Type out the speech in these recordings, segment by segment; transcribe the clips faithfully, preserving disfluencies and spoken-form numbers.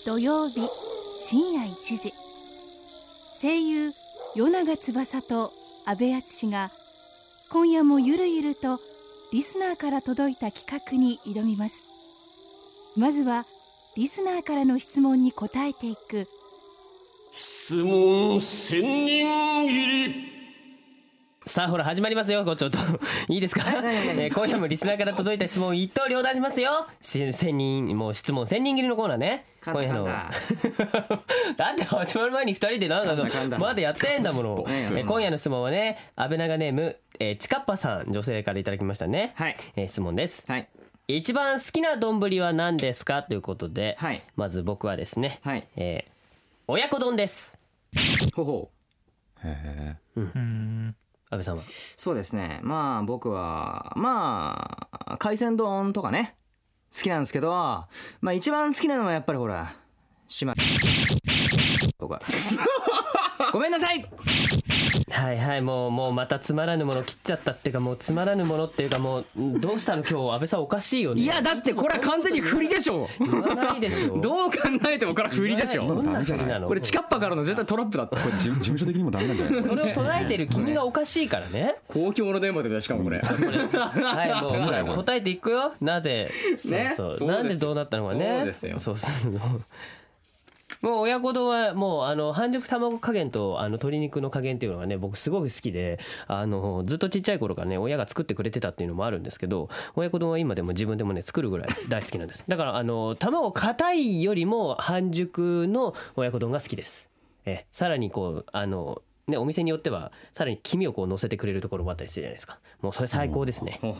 土曜日深夜いちじ、声優与永翼と阿部淳が今夜もゆるゆるとリスナーから届いた企画に挑みます。まずはリスナーからの質問に答えていく質問千人入り。 さあほら始まりますよ。ちょっといいですか、えー、今夜もリスナーから届いた質問を一刀両断しますよ。千人もう質問千人切りのコーナーね。今夜のだって始まる前にふたりでなんかまだやってんだもの。えー、今夜の質問はね、安倍長ネーム、えー、ちかっぱさん、女性からいただきましたね。はい、えー、質問です。はい、一番好きな丼は何ですかということで、はい、まず僕はですね、はい、えー、親子丼です。 ほほう。へえ。うん。 安倍さんは？ そうですね、まあ僕はまあ海鮮丼とかね好きなんですけど、まあ一番好きなのはやっぱりほら島とかごめんなさい。 はいはい、もうもうまたつまらぬもの切っちゃったっていうか、もうつまらぬものっていうか、もうどうしたの今日安倍さんおかしいよね。 いやだってこれは完全に振りでしょ。 言わないでしょ。 どう考えてもこれは振りでしょ。 どんな振りなの？ これチカッパからの絶対トラップだって。これ事務所的にもダメなんじゃないですか。 それを捉えてる君がおかしいからね。 公共の電波でしかもこれ。 はいもう答えていくよ。なぜそうそうなんでどうなったのかね。そうですよ。そうそうもう親子丼はもうあの半熟卵加減とあの鶏肉の加減っていうのがね僕すごく好きで、あのずっとちっちゃい頃からね親が作ってくれてたっていうのもあるんですけど、親子丼は今でも自分でもね作るぐらい大好きなんです。だからあの卵硬いよりも半熟の親子丼が好きです。えさらにこうあのね、お店によってはさらに黄身をこう乗せてくれるところもあったりするじゃないですか。もうそれ最高ですね。うん、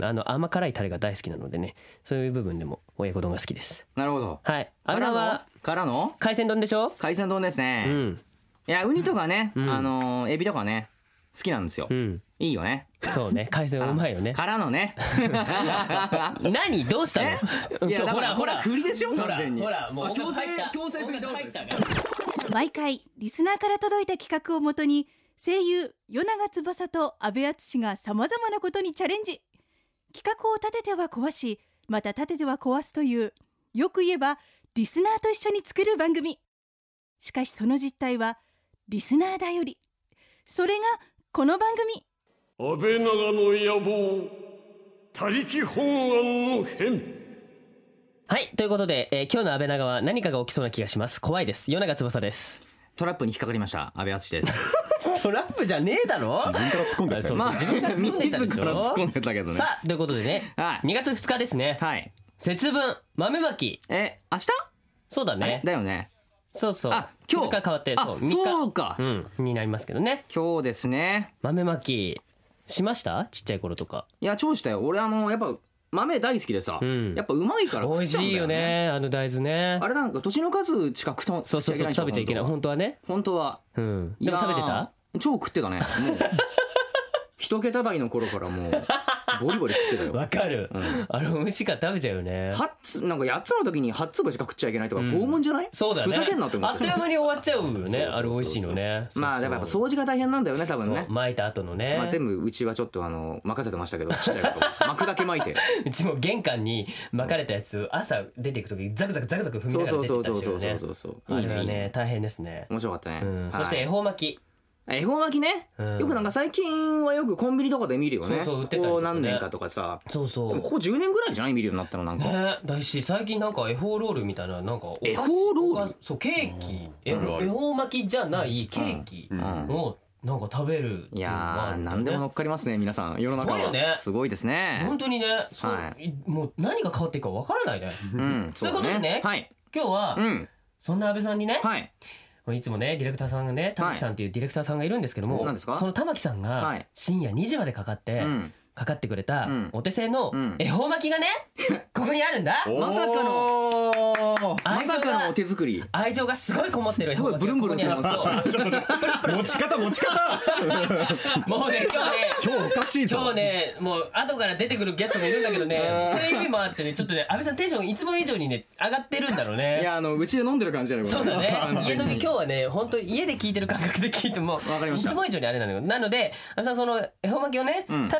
あの甘辛いタレが大好きなのでね、そういう部分でも親子丼が好きです。 なるほど。 はい。安倍さんはからの海鮮丼でしょ？ 海鮮丼ですね。うん。いやウニとかね、うん、あのエビとかね好きなんですよ。うん。いいよね。 そうね、海鮮うまいよね。 からのね。 何どうしたの？ いやほらほら振りでしょ。 ほらほらもう強制強制振り入った。 毎回リスナーから届いた企画をもとに声優与永翼と阿部淳がさまざまなことにチャレンジ。企画を立てては壊し、また立てては壊すという、よく言えばリスナーと一緒に作る番組。しかしその実態はリスナーだより。それがこの番組、 安倍長の野望他力本願の変。 はいということで、えー、今日の安倍長は何かが起きそうな気がします。怖いです。与永翼です。 トラップに引っかかりました阿部淳です。 トラップじゃねえだろ。 自分から突っ込んでたよ。 まあ自分から突っ込んでたでしょ。 突っ込んでたけどね。 さあということでね、はい、にがつふつかですね。はい。節分豆まき。 え明日？ そうだね。 だよね。 そうそう。 あ今日から変わってそうみっかそうか、 うん、になりますけどね。 今日ですね。 豆まきしました？ちっちゃい頃とか。 いや超したよ。俺あのやっぱ豆大好きでさ、うん、やっぱうまいから食っちゃうんだよね。美味しいよねあの大豆ね。 あれなんか年の数近くとそうそうそう食べちゃいけない本当はね。 本当は。 うん。でも食べてた？ 超食ってたね。もう一桁台の頃からもうボリボリ食ってたよ。 わかる、うん、あれ美味しいから食べちゃうよね。 はつなんかやっつの時にはち粒しか食っちゃいけないとか拷問じゃない？ そうだね。 ふざけんなって思って。 あっという間に終わっちゃうよね。あれ美味しいのね。 まあでもやっぱ掃除が大変なんだよね多分ね。 巻いた後のね。 まあ全部うちはちょっとあの任せてましたけどちっちゃい頃巻くだけ巻いて。 うちも玄関に巻かれたやつ朝出ていく時ザクザクザクザク踏みながら出てったりしてるね。そうそうそうそうそう。あれはね大変ですね。 面白かったね。 そして恵方巻き。 恵方巻きね、うん、よくなんか最近はよくコンビニとかで見るよね。 そうそう売ってたりとかね。 ここ何年かとかさ。 そうそう。 でもここじゅうねんぐらいじゃない見るようになったのなんか。 ね、だし最近なんか恵方ロールみたいななんかお菓子。 恵方ロール。 そうケーキ。恵方巻きじゃないケーキをなんか食べる。 いやー何でも乗っかりますね皆さん世の中は。すごいよね。すごいですね。 本当にね。はい。もう何が変わっていくかわからないね。うん。そういうことでね。はい。今日はそんな安倍さんにね。はい。いつもねディレクターさんがね玉木さんっていうディレクターさんがいるんですけども、その玉木さんが深夜にじまでかかってかかってくれたお手製の恵方巻きがねここにあるんだ。 まさかのまさかのお手作り。 愛情がすごいこもってる。 すごいブルンブルンしてます。 持ち方持ち方もうね今日ね今日おかしいぞ。 今日ねもう後から出てくるゲストもいるんだけどねそういう意味もあってねちょっとね安倍さんテンションいつも以上にね上がってるんだろうね。 いやあのうちで飲んでる感じじゃない。 そうだね家飲み今日はね本当家で聞いてる感覚で聞いてもいつも以上にあれなのよ。なので安倍さんその恵方巻きをね食べていただ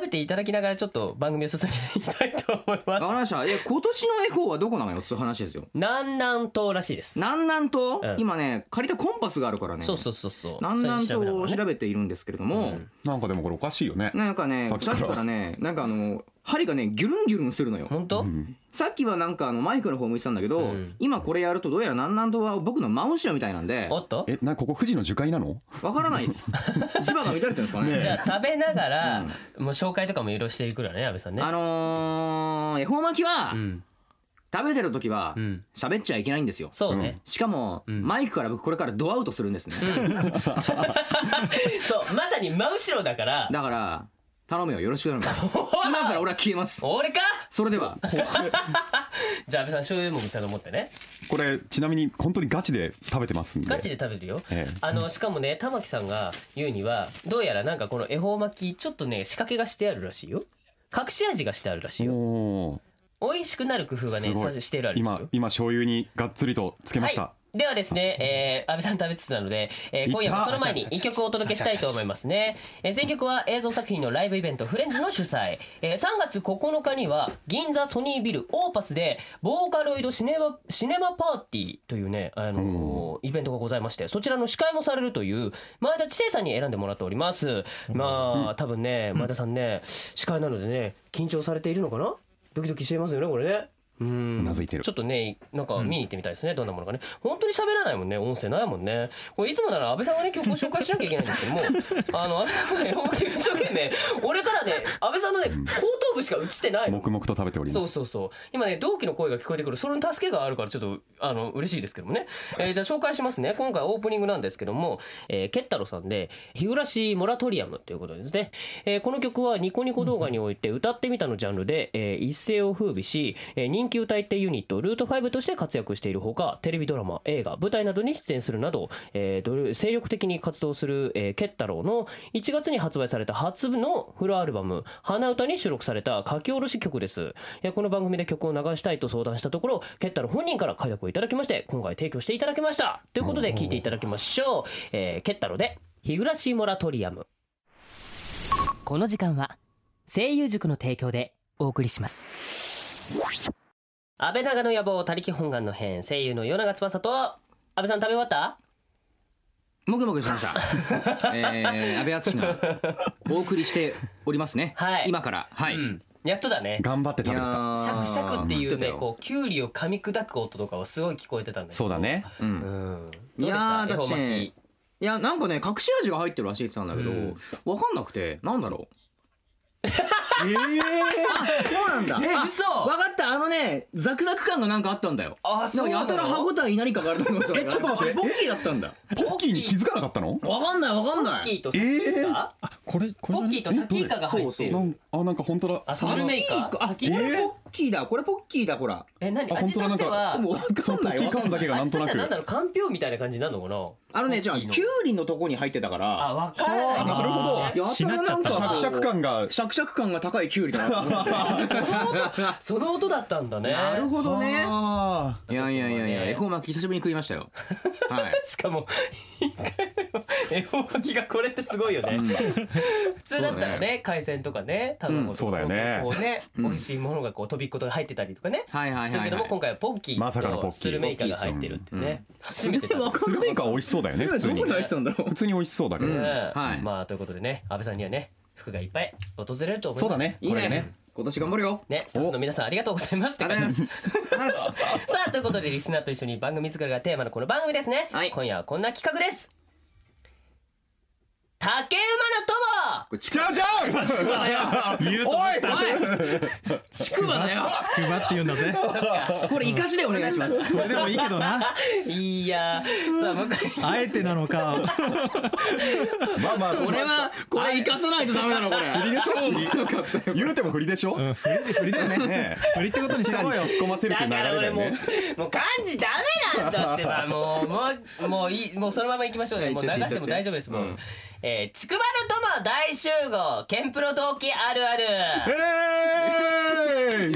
だきながらちょっと番組を進めていきたいと思います。 わかりました。え今年の恵方はどこなのよっていう話ですよ。 南南東らしいです。 南南東、 うん今ね借りたコンパスがあるからね。 そうそうそうそう。 南南東を調べべているんですけれども、 なんかでもこれおかしいよね。 なんかねさっきからさっきからねなんかあの針がねギュルンギュルンするのよ。 本当？ さっきはなんかあのマイクの方向いてたんだけど、 うん今これやるとどうやら南南東は僕の真後ろみたいなんでおっと？ え、なここ富士の樹海なの？ わからないです磁場が乱れてるんですかね。 じゃあ食べながら、もう紹介とかもいろいろしていくらね、安倍さんね。 あのー、恵方巻きは、 うん食べてる時はうん喋っちゃいけないんですよ。 そうね。 しかも、 んマイクから僕これからドアウトするんですね、 そうまさに真後ろだから。 だから頼むよ、よろしく頼む今から俺は消えます。 俺か？ それではじゃあ安倍さん醤油もちゃんと持ってね。 これちなみに本当にガチで食べてますんで。 ガチで食べるよ。 ええあのしかもね玉木さんが言うにはどうやらなんかこの恵方巻きちょっとね仕掛けがしてあるらしいよ。隠し味がしてあるらしいよ。 おー美味しくなる工夫がねすごいさしてるあるんですよ。 今今醤油にがっつりとつけました。 はい、ではですね、えー、安倍さん食べつつなので、えー、今夜もその前にいっきょくお届けしたいと思いますね。えー、選曲は映像作品のライブイベントフレンズの主催、えー、さんがつここのかには銀座ソニービルオーパスでボーカロイドシネマシネマパーティーというね、あのー、イベントがございまして、そちらの司会もされるという前田知世さんに選んでもらっております。まあ多分ね前田さんね司会なのでね緊張されているのかな、ドキドキしていますよねこれね。うんうなずいてるちょっとねなんか見に行ってみたいですね、どんなものかね。本当に喋らないもんね、音声ないもんね。これいつもなら安倍さんがね曲を紹介しなきゃいけないんですけどもあの安倍さんがね本当に一生懸命俺からね安倍さんのね後頭部しか映ってないの。 黙々と食べております。 そうそうそう今ね同期の声が聞こえてくる、それの助けがあるからちょっとあの嬉しいですけどもね、えー、じゃあ紹介しますね。今回オープニングなんですけども、えー、ケッタロさんで日暮らしモラトリアムということですね、えー、この曲はニコニコ動画において歌ってみたのジャンルで、えー、一世を風靡し、えー、人気歌い手ユニットルートファイブとして活躍しているほか、テレビドラマ映画舞台などに出演するなど、えー、精力的に活動する、えー、ケッタロウのいちがつに発売された初のフルアルバム花歌に収録された書き下ろし曲です。えー、この番組で曲を流したいと相談したところ、ケッタロウ本人から快諾をいただきまして、今回提供していただきましたということで聞いていただきましょう。えー、ケッタロウで日暮らしモラトリアム。 この時間は声優塾の提供でお送りします。 安倍長の野望他力本願の編、声優の与永翼と安倍さん食べ終わった？ もぐもぐしました、えー、安倍敦がお送りしておりますね、 はい、 今からはい、 うん、やっとだね。 頑張って食べれた。 シャクシャクっていうねうんこうキュウリを噛み砕く音とかはすごい聞こえてたんだけど。 そうだね。 うんうんどうでしいやたーだって恵方巻ねき。 いやなんかね隠し味が入ってるらしいって言ってたんだけど、 うんわかんなくてなんだろうええそうなんだ。あえ嘘わかった。あのねザクザク感がなんかあったんだよ。 あそうなのやたら歯応えに何かがあると思ってた。 えちょっと待ってあれポッキーだったんだ。 ポッキーに気づかなかったの？ わかんないわかんない。 ポッキーとサキイカ、 これこれポッキーとサキイカが入ってる。 なんあなんか本当だ。 あスルメイカあサキイカこれポッキーだ。これポッキーだほら。 え何あ味としてはでもわかんないそのポッキーカスだけがなんとなく味としてはなんだろう、かんぴょうみたいな感じなのかな。 あのねじゃあポッキーのキュウリのとこに入ってたからあわからないね。 なるほどやたらなんかシャクシャク感が。 シャクシャク感が高いキュウリだな。 その音だったんだね。 なるほどね。 あいやいやいやいや恵方巻き久しぶりに食いましたよ。はい。 しかも一回目の恵方巻きがこれってすごいよね。普通だったらね海鮮とかね卵とかそうだよねこうね美味しいものがこう飛びっことが入ってたりとかね。 はいはいはいはいするけども今回はポッキまさかのポッキーーとスルメイカが入ってるっていうね。初めてだあ。スルメイカは美味しそうだよね普通にどこ。に入ってたんだろう普。通に美味しそうだけど。 ねはいまあということでね安倍さんにはね服がいっぱい訪れると思います。 そうだね。 いいこれでねね。今年頑張るよ。 ね、スタッフの皆さんありがとうございますってありがとうございます。 さあということでリスナーと一緒に番組作りがテーマのこの番組ですね、 はい今夜はこんな企画です。竹馬の友。 ちゃうちゃう。 言うと思ったちくばだよ。 つくばって言うんだぜ。 これ生かしでお願いします。 それでもいいけどな。 いやーさあもう一回あえてなのか。 まあまあこれはこれ生かさないとダメなのこれ。 振りでしょ。振り言うても振りでしょ。 うん、振りで振りだよね。 ね振りってことにしてこうよ。 突っ込ませるってだいう流れから俺もだよね。 うもう漢字ダメなんだってばもうもうもういいもうそのまま行きましょうね。もう流しても大丈夫ですもん。えー、ちくばの友大集合ケンプロ同期あるある。 えーい。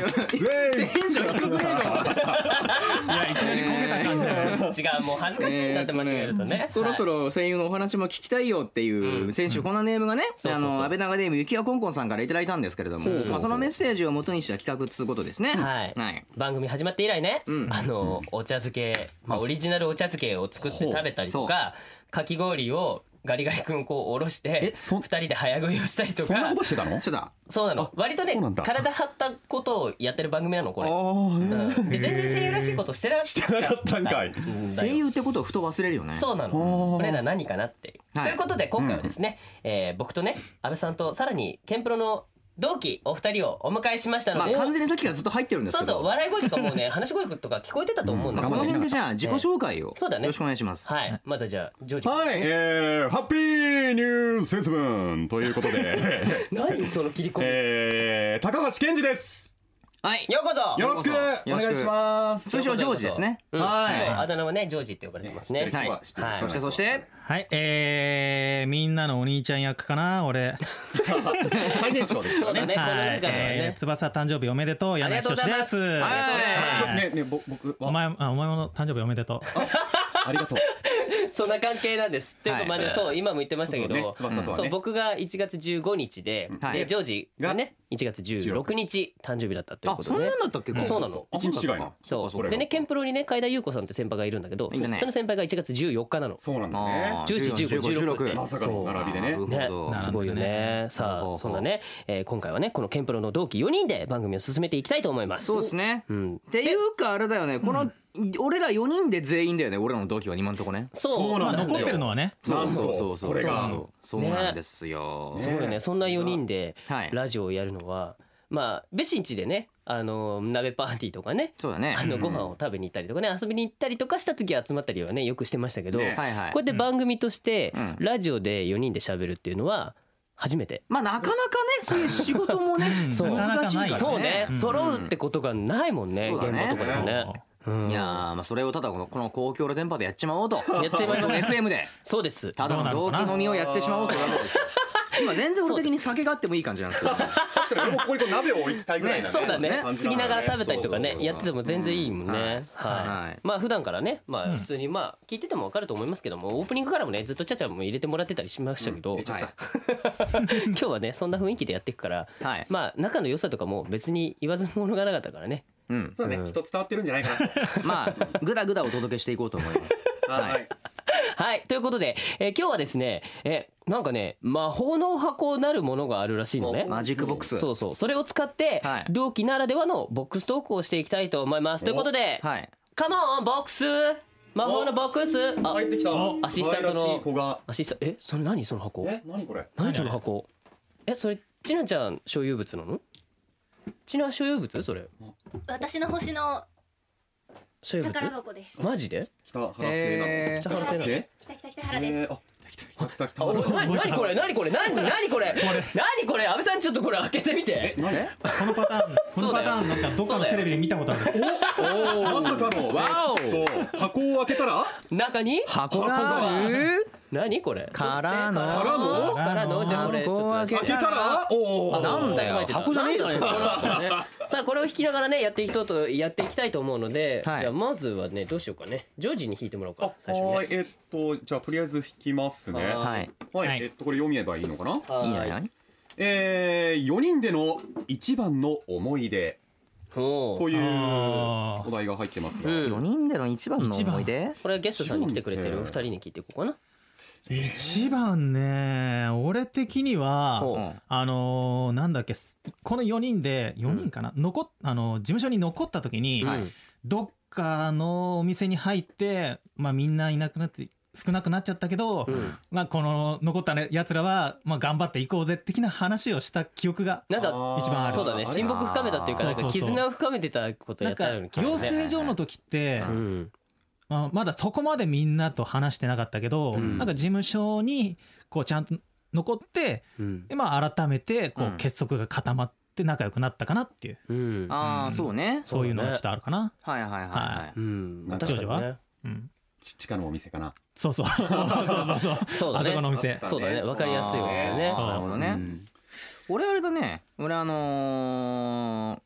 テテンション低くねえかいやいきなり焦げた感じだよ。 違う、もう恥ずかしいんだって間違えるとね。 そろそろ声優のお話も聞きたいよっていう先週このネームがね、 そうそうそうあの安倍長ネームゆきやこんこんさんからいただいたんですけれども、まあそのメッセージを元にした企画っつうことですね。 はいはい。 番組始まって以来ね、 うんあのお茶漬け、まあ、オリジナルお茶漬けを作って食べたりとか、かき氷をガリガリ君こうおろしてえそふたりで早食いをしたりとそんなかことしてたの？ そうだ。 そうなの、割とねそうなんだ体張ったことをやってる番組なのこれ。 あうんで全然声優らしいことしてなしてなかったんかいうんだよ声優ってことをふと忘れるよね。 そうなの。俺ら何かなっていう、 はいということで今回はですね、えー僕とね安倍さんとさらにケンプロの同期お二人をお迎えしましたので、 まあ完全にさっきからずっと入ってるんですそうけど。 そう笑い声とかもうね話し声とか聞こえてたと思うんだけど、 まあこの辺でじゃあ自己紹介をそうだねよろしくお願いします。 はい、まずはじゃあジョージ、 はい、えー、ハッピーニュー節分ということで何その切り込み、 えー、高橋健二です。 はい。 ようこそ。 よろしくお願いします。 通称ジョージですね。 うんはいそうあだ名はねジョージって呼ばれてますね。 はい知ってる人は知ってるはいそしてそしてはい、えー、みんなのお兄ちゃん役かな俺。 最年長ですよね。 そうだね、このはい、 中ではえー、 ね。 翼誕生日おめでとうあり柳がとうございま仁ですす。 ありがとうございますちょねねぼ僕はお前あお前も誕生日おめでとう。 ありがとう。 そんな関係なんです。というかまあねそう今も言ってましたけそうねど、 翼とはね。 そう僕がいちがつじゅうごにちで、 はいでジョージがねいちがつじゅうろくにち誕生日だったというあことでねそんなん。だったっけ？ そうなの。 一日違いな。 そうそれがでねケンプロにね海田優子さんって先輩がいるんだけど、 いるねその先輩がいちがつじゅうよっかなの。 そうなんだあねー。 じゅういち、じゅうご、じゅうろくってまさかの並びでね。 なるほねど、 すごいよね。さあそんなね、えー今回はねこのケンプロの同期よにんで番組を進めていきたいと思います。 そうですね。 うん。 っていうかあれだよね。この俺らよにんで全員だよね。俺らの同期は今のとこね。 そうまあ残ってるのは。 はね。 なんそうそうとそうこれがそうそうなんですよ。 すごいね。そんなよにんではいラジオをやるのは、まあベシンチでね、あの鍋パーティーとかね。 そうだねあ。のご飯を食べに行ったりとかね遊びに行ったりとかした時は集まったりはねよくしてましたけど、 ねこはいはい。 うやって番組としてうんラジオでよにんで喋るっていうのは初めて。 まあなかなかねそういう仕事もねそう難しいからね。 そうね、 うん揃うってことがないもんね、 そうだね現場とかでね。うんいやーまあそれをただこのこの公共の電波でやっちまおうと。 やっちまいますエフエム でそうです。 ただの同期飲みをやってしまおうというわけですよ。今全然俺的に酒があってもいい感じなんですけど。 確かに俺もここにこう鍋を置いてたいぐらいだね。 そうだね感じ継ぎながら食べたりとかねそうそうそうやってても全然いいもんね、はいはいまあ普段からねまあ普通にまあ聞いてても分かると思いますけどもオープニングからもねずっとちゃちゃも入れてもらってたりしましたけど、 入れちゃった今日はねそんな雰囲気でやっていくから、 はいまあ仲の良さとかも別に言わずものがなかったからね。 うん。 そうだね。人伝わってるんじゃないかな。 まあグダグダお届けしていこうと思います。 はい。 はいということで、えー今日はですねえなんかね魔法の箱なるものがあるらしいのね。 マジックボックス。 そうそうそれを使ってはい同期ならではのボックストークをしていきたいと思います。ということで、 はい。 カモンボックス魔法のボックスあ入ってきた。 アシスタントの可愛らしい子が。 アシスタえそれ何その箱え、何これ？ 何その箱えそれちなちゃん所有物なのちな所有物それ私の星の所有物宝箱です。 マジで北原製え北原製なの製北北北原です。 えーあ、来た来た来た来た。 あおい何何これ何これ何何これ何これ安倍さんちょっとこれ開けてみて何？ このパターンこのパターンなんかどっかのテレビで見たことある。 まさかの。 わおえっと箱を開けたら。 中に箱がある。 何これからのそしてからのからのじゃあ俺ちょっと箱を開開けたら。おお。 なんだよ箱じゃねえだろなんだよこれねさあこれを引きながらねやっていきとうとやっていきたいと思うので、 はいじゃあまずはねどうしようかねジョージに引いてもらおうかあ、 最初ねはい。えっとじゃあとりあえず引きますね。 ははい。 はい。 はいえっとこれ読めばいいのかな。 はいいいんじゃない？ えー、よにんでの一番の思い出おーというあーお題が入ってますが、 うんよにんでの一番の思い出。 これはゲストさんに来てくれてるお二人に聞いていこうかな。 一番ね俺的にはほううんあのーなんだっけすこのよにんでよにんかな、残っあのー事務所に残った時に、 はいどっかのお店に入ってまあみんないなくなって少なくなっちゃったけど、 うんまあこの残ったやつらはまあ頑張っていこうぜ的な話をした記憶がなんかあー一番あるそうだね親睦深めたっていうかなんかそうそうそう絆を深めてたことやなんかったような気が養するね。 成所の時って、 うんまあ、まだそこまでみんなと話してなかったけど、 んなんか事務所にこうちゃんと残ってうんで、まあ、改めてこううん結束が固まって仲良くなったかなっていう、 うんああそうね。 そういうのがちょっとあるかな。 はいはいはいはうんなんか確かにねジョージはうん、 ち地下のお店かな。 そうそうそうそうそうそうだねあそこのお店そうだねわかりやすいわけだよねあーなるほどね。 うん俺あれだね。俺あのー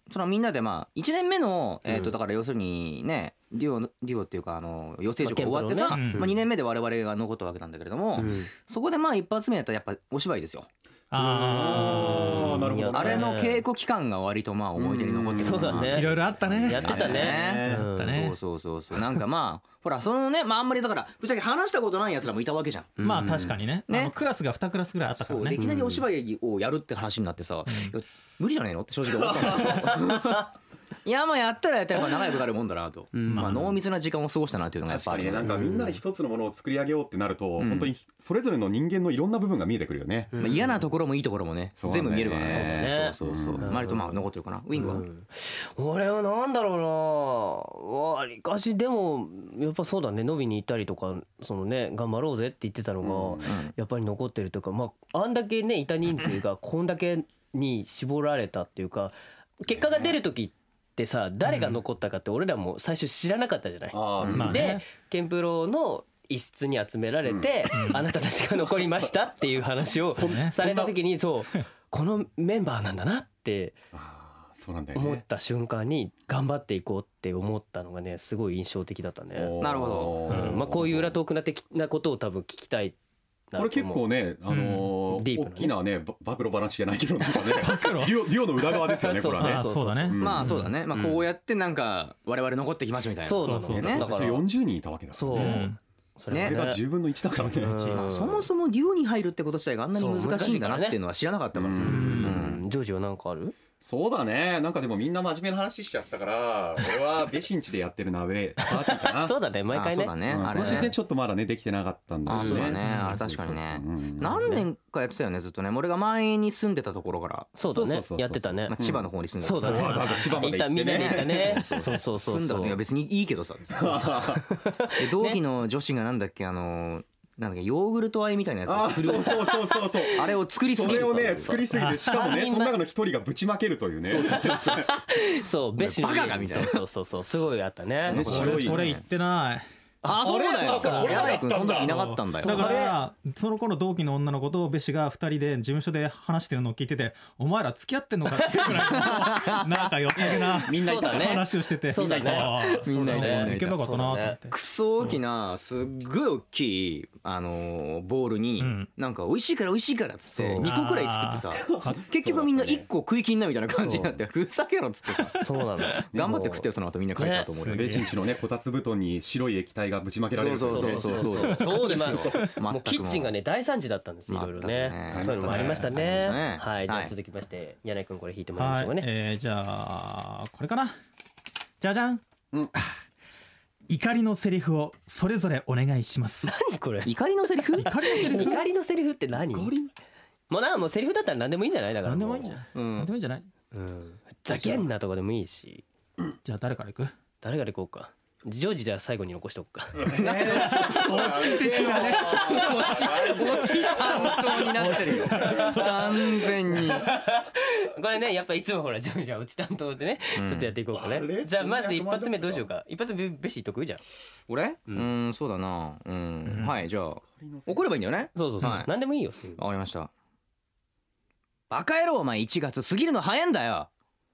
そのみんなでまあいちねんめのえっとだから要するにねデュオデュオっていうかあの養成塾終わってさ、まあにねんめで我々が残ったわけなんだけれども、そこでまあ一発目やったらやっぱお芝居ですよ。 ああ、なるほど。 あれの稽古期間が割とまあ思い出に残ってる。 そうだね。 いろいろあったね。 やってたね。 そうそうそうそう。なんかまあほらそのねまああんまりだからぶっちゃけ話したことないやつらもいたわけじゃん。 まあ確かにね。あのクラスがにクラスぐらいあったからね。 いきなりお芝居をやるって話になってさ、無理じゃないのって正直思ったんですよ。いやまあやったらやったら仲良くなるもんだなと、まあ濃密な時間を過ごしたなっていうのがやっぱりね。 なんかみんなで一つのものを作り上げようってなると本当にそれぞれの人間のいろんな部分が見えてくるよね。 嫌なところもいいところもね全部見えるからね。 そうそうそう。割とまあ残ってるかな。ウィングは俺はなんだろうな、わりかしでもやっぱそうだね、伸びに行ったりとかそのね頑張ろうぜって言ってたのがやっぱり残ってるというか、まああんだけねいた人数がこんだけに絞られたっていうか、結果が出る時ってでさ誰が残ったかって俺らも最初知らなかったじゃない。 うん、 でケンプロの一室に集められて、うん、あなたたちが残りましたっていう話をされた時にそうこのメンバーなんだなって思った瞬間に頑張っていこうって思ったのがねすごい印象的だったね。 なるほど、 うん、まあこういう裏トークな的なことを多分聞きたい。 これ結構ね、あのー、大きなね暴露話じゃないけどなんかねデュオデュオの裏側ですよねこれはね。 そうだね。 まあそうだね。まあこうやってなんか我々残ってきましょうみたいな。 そうなのね。 だからよんじゅうにんいたわけだからね。それがじゅうぶんのいちだからね。 そもそもデュオに入るってこと自体があんなに難しいんだなっていうのは知らなかったからさ。ジョージは何かある？ そうだね。なんかでもみんな真面目な話しちゃったから俺はベシンチでやってる鍋パーティーかな。 そうだね、毎回ね。 そうだね。 今年でちょっとまだねできてなかったんだけどね。そうだね。あれ確かにね。何年かやってたよねずっとね。俺が前に住んでたところから。 そうだね。やってたね。 千葉の方に住んでた。 そうだね。 千葉まで行ってね。 みんなで行ったね。そうそうそう。 住んだのいや別にいいけどさ。同期の女子がなんだっけあの。なんだっけヨーグルトあえみたいなやつ。 あそうそうそうそうそう。 あれを作りすぎて。 それをね作りすぎてしかもねその中の一人がぶちまけるというね。 そうベシのバカがみたいな。 そうそうそうすごいあったね。 それ言ってない。 あ、そうだよ。柳井君その時いなかったんだよ。 だからその頃同期の女の子とベシがふたりで事務所で話してるのを聞いてて、お前ら付き合ってんのかっていうぐらいなんか良さげなみんな話をしてて、 そうだね。 みんなでいけなかったなと思って。 クソ大きなすっごい大きいあのボールになんか美味しいから美味しいからっつってにこくらい作ってさ、結局みんないっこ食いきんなみたいな感じになってふざけろっつってさ。 そうなの。 頑張って食ってよその後みんな帰ったと思う。 ベシンチのねこたつ布団に白い液体がぶちまけられる。 そうそうそうそうそうですよ。 もうキッチンがね大惨事だったんですいろいろね。そういうのもありましたね。はい、じゃあ続きまして柳井君これ弾いてもらいましょうかね。 えじゃあこれかな。じゃじゃん。怒りのセリフをそれぞれお願いします。 何これ？ 怒りのセリフ？ 怒りのセリフ？ 怒りのセリフって何？もうなもうセリフだったら何でもいいんじゃないだから。 何でもいいんじゃない？何でもいいんじゃない？ うん。ざけんなとかでもいいし。 じゃあ誰から行く？ 誰から行こうか。ジョージじゃあ最後に残しとくか。 オチ的なね。 オチオチ担当になってるよ。完全に。 これねやっぱいつもほらジョージはオチ担当でねちょっとやっていこうかね。じゃあまず一発目どうしようか。一発目ベシー得意じゃん。 俺？うんそうだな。うんはいじゃあ怒ればいいんだよね。 そうそうそう。何でもいいよ。 わかりました。バカ野郎お前いちがつ過ぎるの早いんだよ。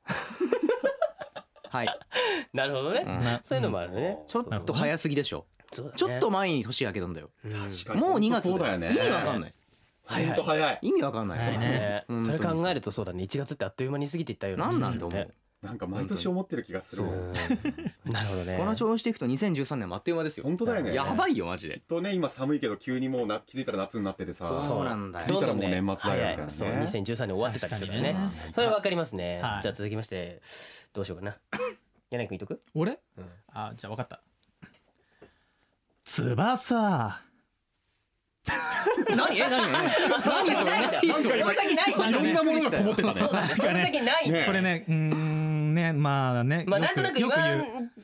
はい、 なるほどね、うん、そういうのもあるね、 うん、ちょっと早すぎでしょ、ね、ちょっと前に年明けたんだよ、 うん、確かにもうにがつだよ、 ね、 意味わかんない早い早い意味わかんないですね、それ考えるとそうだねいちがつってあっという間に過ぎていったようななんなんだ思うなんか毎年思ってる気がする。 なるほどね。 この調子でいくとにせんじゅうさんねんもあっという間ですよ。 本当だよね。 やばいよマジで。 きっとね今寒いけど急にもうな気づいたら夏になっててさ。 そうなんだよ。 気づいたらもう年末だよみたいなね。 そうにせんじゅうさんねん終わってたりするね。それわかりますね。じゃあ続きましてどうしようかな。柳井君いっとく？ 俺？あじゃあ分かった。翼。 何え何何何それ何それその先ないいろんなものがこもってたね。 その先ない。 これねうんねまあねまあなんとなく言わん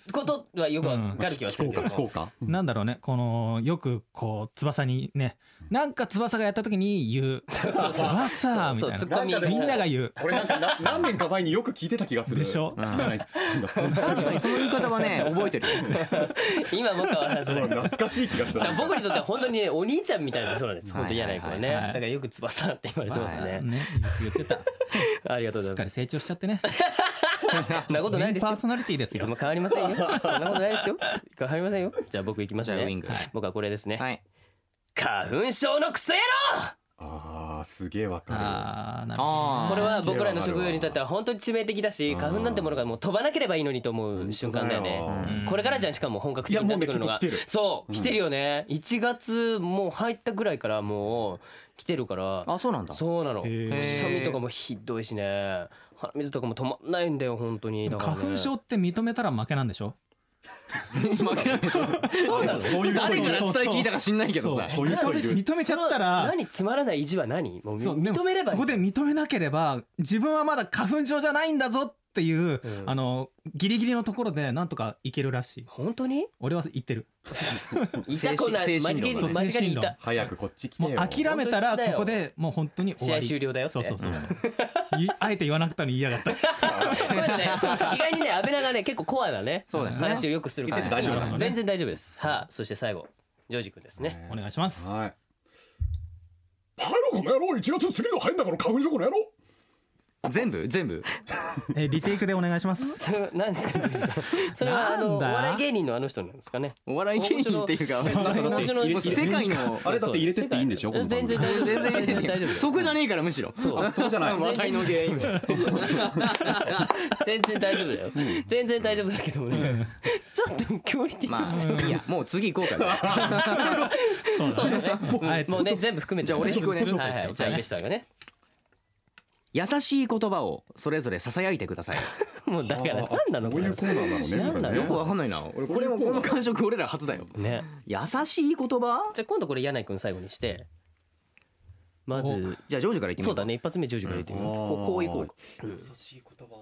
ことはよくわかる気はするけど、 聞こうかなんだろうね、このよくこう翼にね、なんか翼がやった時に言う翼みたいな、みんなが言う。 これなんか何年か前によく聞いてた気がするでしょ。 確かにその言い方はね覚えてる。 今も変わらず懐かしい気がした。 僕にとっては本当にねお兄ちゃんみたいな人なんです。本当に嫌な子はね。 はいはいはいだからよく翼って言われてますね。 ね、よく言ってた。 ありがとうございます。 すっかり成長しちゃってね。 そんなことないですよ。 パーソナリティですよ。 いつも変わりませんよ。そんなことないですよ。変わりませんよ。じゃあ僕行きますね。 じゃあウィング。 僕はこれですね。 はい。 花粉症のクソ野郎。 あーすげえわかる。 あーなるあほーこれは僕らの職業にとっては本当に致命的だし、花粉なんてものがもう飛ばなければいいのにと思う瞬間だよね。 うんこれからじゃん、しかも本格的になってくるのが。 いやもうね結構来てるそう来てるよね。いちがつもう入ったぐらいからもう来てるから。 あ、そうなんだ。 そうなの。 へーくしゃみとかもひどいしね。鼻水とかも止まんないんだよ本当に。だからね花粉症って認めたら負けなんでしょ。 負けないでしょ。 そうなの。 そういう人誰いる。 から伝え聞いたか知んないけどさ。 そういう人いる。 認めちゃったら何つまらない意地は何？もうそうでも認めればいい。 そこで認めなければ自分はまだ花粉症じゃないんだぞっていう、 うんあのギリギリのところでなんとかいけるらしい。 本当に？ 俺は言ってる。 いたこんな精神間違い精神論間違いにいた。 早くこっち来てよ。 もう諦めたら本当だよそこでもう本当に終わり。 試合終了だよって。 そうそうそうそう。いあえて言わなくたのに言いやがった。 こういうのね、そう意外にね、安倍長ね、結構コアなね、 そうですね話をよくするから、 言ってて大丈夫ですね全然大丈夫です。さあ、そして最後、ジョージ君ですね。 お願いします。 はい。 バカこの野郎、いちがつ過ぎるの早いんだから花粉症この野郎。 全部全部。 えーリテイクでお願いします。 それは何ですか、ジョージさん。それはあのおなんだ笑い芸人のあの人なんですかね。 お笑い芸人っていうか、 なんかだって入れもう世界のあれだって入れてっていいんでしょ。この番組全然大丈夫、 全然全然大丈夫。 そこじゃねえからむしろ。 そう。 あそうじゃない。 話題の芸人。 全然大丈夫だよ。全然大丈夫だけどもね。ちょっとクオリティまとしてあいやもう次行こうか。 そうだね。 あえてもうね全部含めて。 じゃあ俺引くねはいはい。じゃあイベスターがね。 優しい言葉をそれぞれ囁いてください。 もうだからなんなのこれこういう。コーナーなのね。 なんだろうよくわかんないな。俺これもこの感触俺ら初だよ。 ね。 優しい言葉？ じゃあ今度これ柳井君最後にして。まず。 じゃあジョージから言ってみよう。 そうだね、一発目ジョージから言ってみよう。 こうこういこうか。 優しい言葉。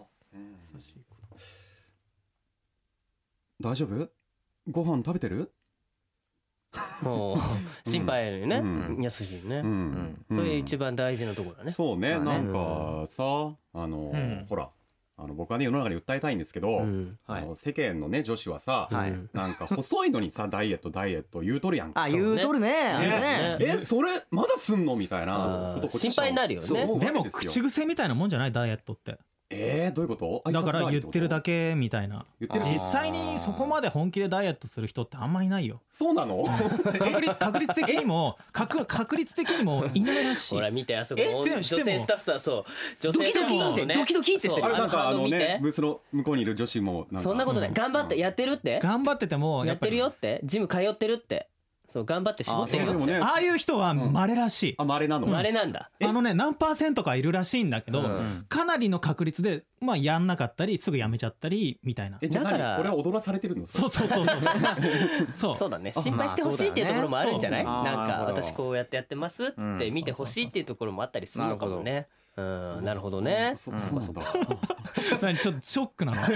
大丈夫？ご飯食べてる？ もう心配よね、 うん優しいね、 うん。 それ一番大事なところだね。 そうね。 まあねなんかさ、あのうんほら、あの僕はね世の中に訴えたいんですけど、 うんはいあの世間のね女子はさ、 はいなんか細いのにさダイエットダイエット言うとるやんか。 あ言うとるね。あれね。 ねえそれまだすんのみたいあなことー心配になるよね。 そう思うわでもけですよ口癖みたいなもんじゃないダイエットって。 えー、どういうこと？ だから言ってるだけ。 けみたいな。 言ってる実際にそこまで本気でダイエットする人ってあんまいないよ。 そうなの？ 確率確率的にも確確率的にもいないらしいほ。ら見てあそこえしても女性スタッフさんそう女性スタッフさんもねドキドキってしてるそうあれなんかあの見てねブースの向こうにいる女子もなんかそんなことない頑張ってやってるって頑張っててもやっるやってぱりよってジム通ってるってそう頑張って絞ってるよでもねああいう人は稀らしい。 あ稀なの。 あれなんだあのね何パーセントかいるらしいんだけど、 うんかなりの確率でまあやんなかったりすぐやめちゃったりみたいな。 えじゃあだから何？これは踊らされてるの？ そうそうそうそうそうそうだね心配してほしいっていうところもあるんじゃないまあそうだねなんかなるほど私こうやってやってますっつって見てほしいっていうところもあったりするのかもねうんなるほどねそそうなんだ。 何ちょっとショックなの。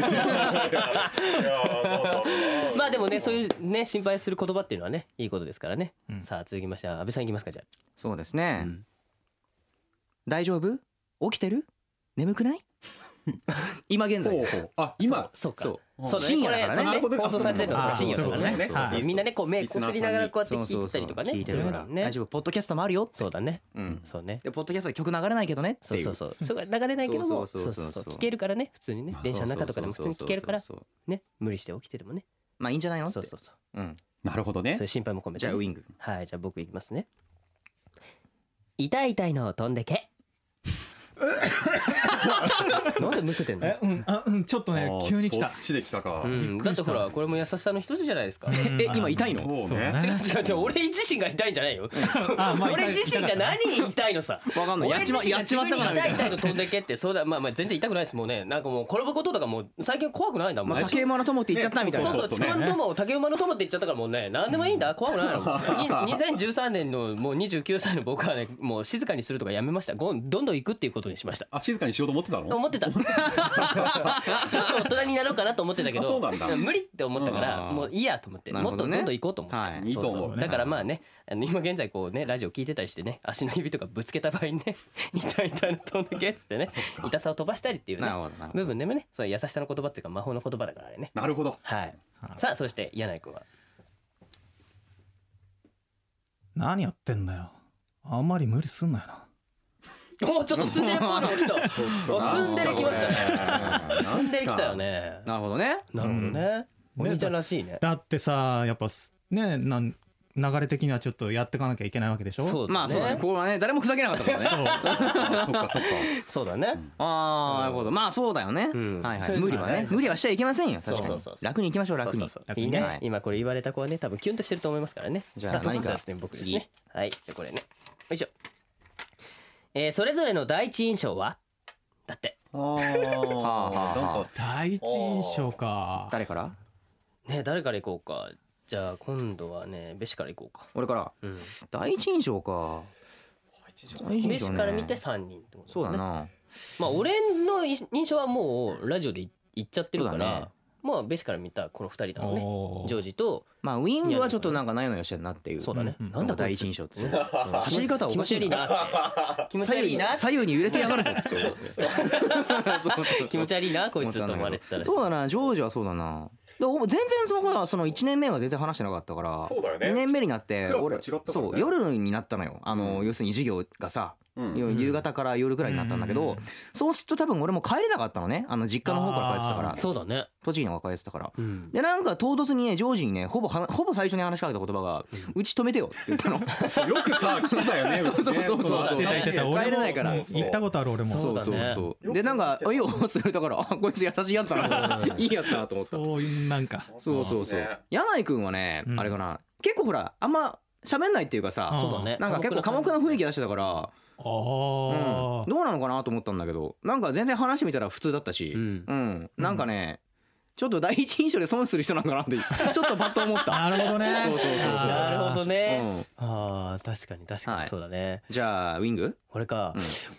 まあでもねそういうね心配する言葉っていうのはねいいことですからねうんさあ続きまして安倍さんいきますかじゃあそうですね。 うん大丈夫？起きてる？眠くない？今現在ほう。ほうあ今そうかそうそうだね深夜だからねこれそれなるほど放送されてるのがあ深夜だからねそういうことねそうみんなねこう目こすりながらこうやって聞いてたりとかね聞いてるからそういうのね大丈夫。ポッドキャストもあるよ。 そうだねうん。 そうねでポッドキャストで曲流れないけどねってそういう。 そうそうそれが流れないけどもそそううそうそうそうそうそう聞けるからね普通にね電車の中とかでも普通に聞けるからそうそうそうそうね無理して起きてでもねまあいいんじゃないのって。 そうそうそううん。 なるほどねそういう心配も込めてねじゃあウィング。 はいじゃあ僕いきますね痛い痛いの飛んでけなんでむせてんのえうんあうんちょっとねあー急に来たそっ。ちで来たか。 うんだってほらこれも優しさの一つじゃないですかうんえ今痛いの？ そうねそうね。 違う違う違う俺自身が痛いんじゃないよあまあ俺自身が何痛いのさわかんない。やっちま俺自身がやっちまったからみたいな。 痛い痛いの飛んでけってそうだまあまあ全然痛くないですもうねなんかもう転ぶこととかもう最近怖くないんだもんまあ竹馬の友って言っちゃったみたいな。 そうそう、千万友を竹馬の友って言っちゃったからもうね、何でもいいんだ、怖くないの。ににせんじゅうさんねんのもうにじゅうきゅうさいの僕はね、もう静かにするとかやめました。ごどんどん行くっていうこことにしました。 あ、静かにしようと思ってたの？ 思ってた。ちょっと大人になろうかなと思ってたけど、 そうなんだ。 無理って思ったから、 うん、 もういいやと思って、 ね、 もっとどんどん行こうと思って、 はい、 いいと思う。 だからまあね、あの今現在こうねラジオ聞いてたりしてね、足の指とかぶつけた場合にね、痛い痛いの飛んでけっつってね、痛さを飛ばしたりっていうね部分でもね、そういう優しさの言葉っていうか魔法の言葉だからね。 なるほど。 はい。さあそして柳井君は何やってんだよ。あんまり無理すんなよな。 お、ちょっとツンデレっぽいのが来た。ツンデレ来ましたね。ツンデレ来たよね。 なるほどね。 なるほどね。お兄ちゃんらしいね。 だってさ、やっぱね、なん流れ的にはちょっとやっていかなきゃいけないわけでしょ。 そう、 まあそうだね。ここはね誰もふざけなかったからね。 そっかそっか。 そうだね。 ああ、なるほど。まあそうだよね。はいはい。無理はね、無理はしちゃいけませんよ。確かに。楽に行きましょう。楽に。 いいね。今これ言われた子はね、多分キュンとしてると思いますからね。 じゃあ何か僕ですね。はい。じゃこれね。よいしょ。えー、それぞれの第一印象はだって。 ああ、 第一印象か。 誰から？ ね、誰から行こうか。じゃあ今度はね、ベシから行こうか。 俺から。うん、第一印象か。 ベシから見て三人ってことね。 そうだな。 まあ俺の印象はもうラジオで言っちゃってるから。まあベシから見たこの二人だろうね。ジョージとまあウィングはちょっとなんかないのよしてんなっていう。 そうだね。 なんだ第一印象ってね。走り方おかしいな。 気持ち悪いな。 左右に揺れてやがるぞ。そうそうそう。 気持ち悪いなこいつと思われてたら。 そうだな、ジョージはそうだな。全然その頃はそのいちねんめは全然話してなかったから、にねんめになって俺そう夜になったのよ。あの要するに授業がさ。夕方から夜くらいになったんだけど、そうすると多分俺も帰れなかったのね。あの実家の方から帰ってたから。 そうだね。 栃木の方から帰ってたから。でなんか唐突にねジョージにねほぼほぼ最初に話しかけた言葉がうち止めてよって言ったの。よくさ来てたよね。 そうそうそうそう。 帰れないから。 行ったことある俺も。 そうそうそう。でなんかいいよって言われたからあこいつ優しいやつだな。いいやつだなと思った。 そういうなんか。 そうそうそう。柳井君はねあれかな結構ほらあんま喋んないっていうかさ。 そうだね。 なんか結構寡黙な雰囲気出してたから。 あうん、どうなのかなと思ったんだけどなんか全然話してみたら普通だったし、うんうん、なんかね、うん、ちょっと第一印象で損する人なんかなってちょっとパッと思ったなるほどねそうそうそうそうなるほどね、 うん、 あ確かに確かにそうだね、はい、 じゃあウィング俺か、うん、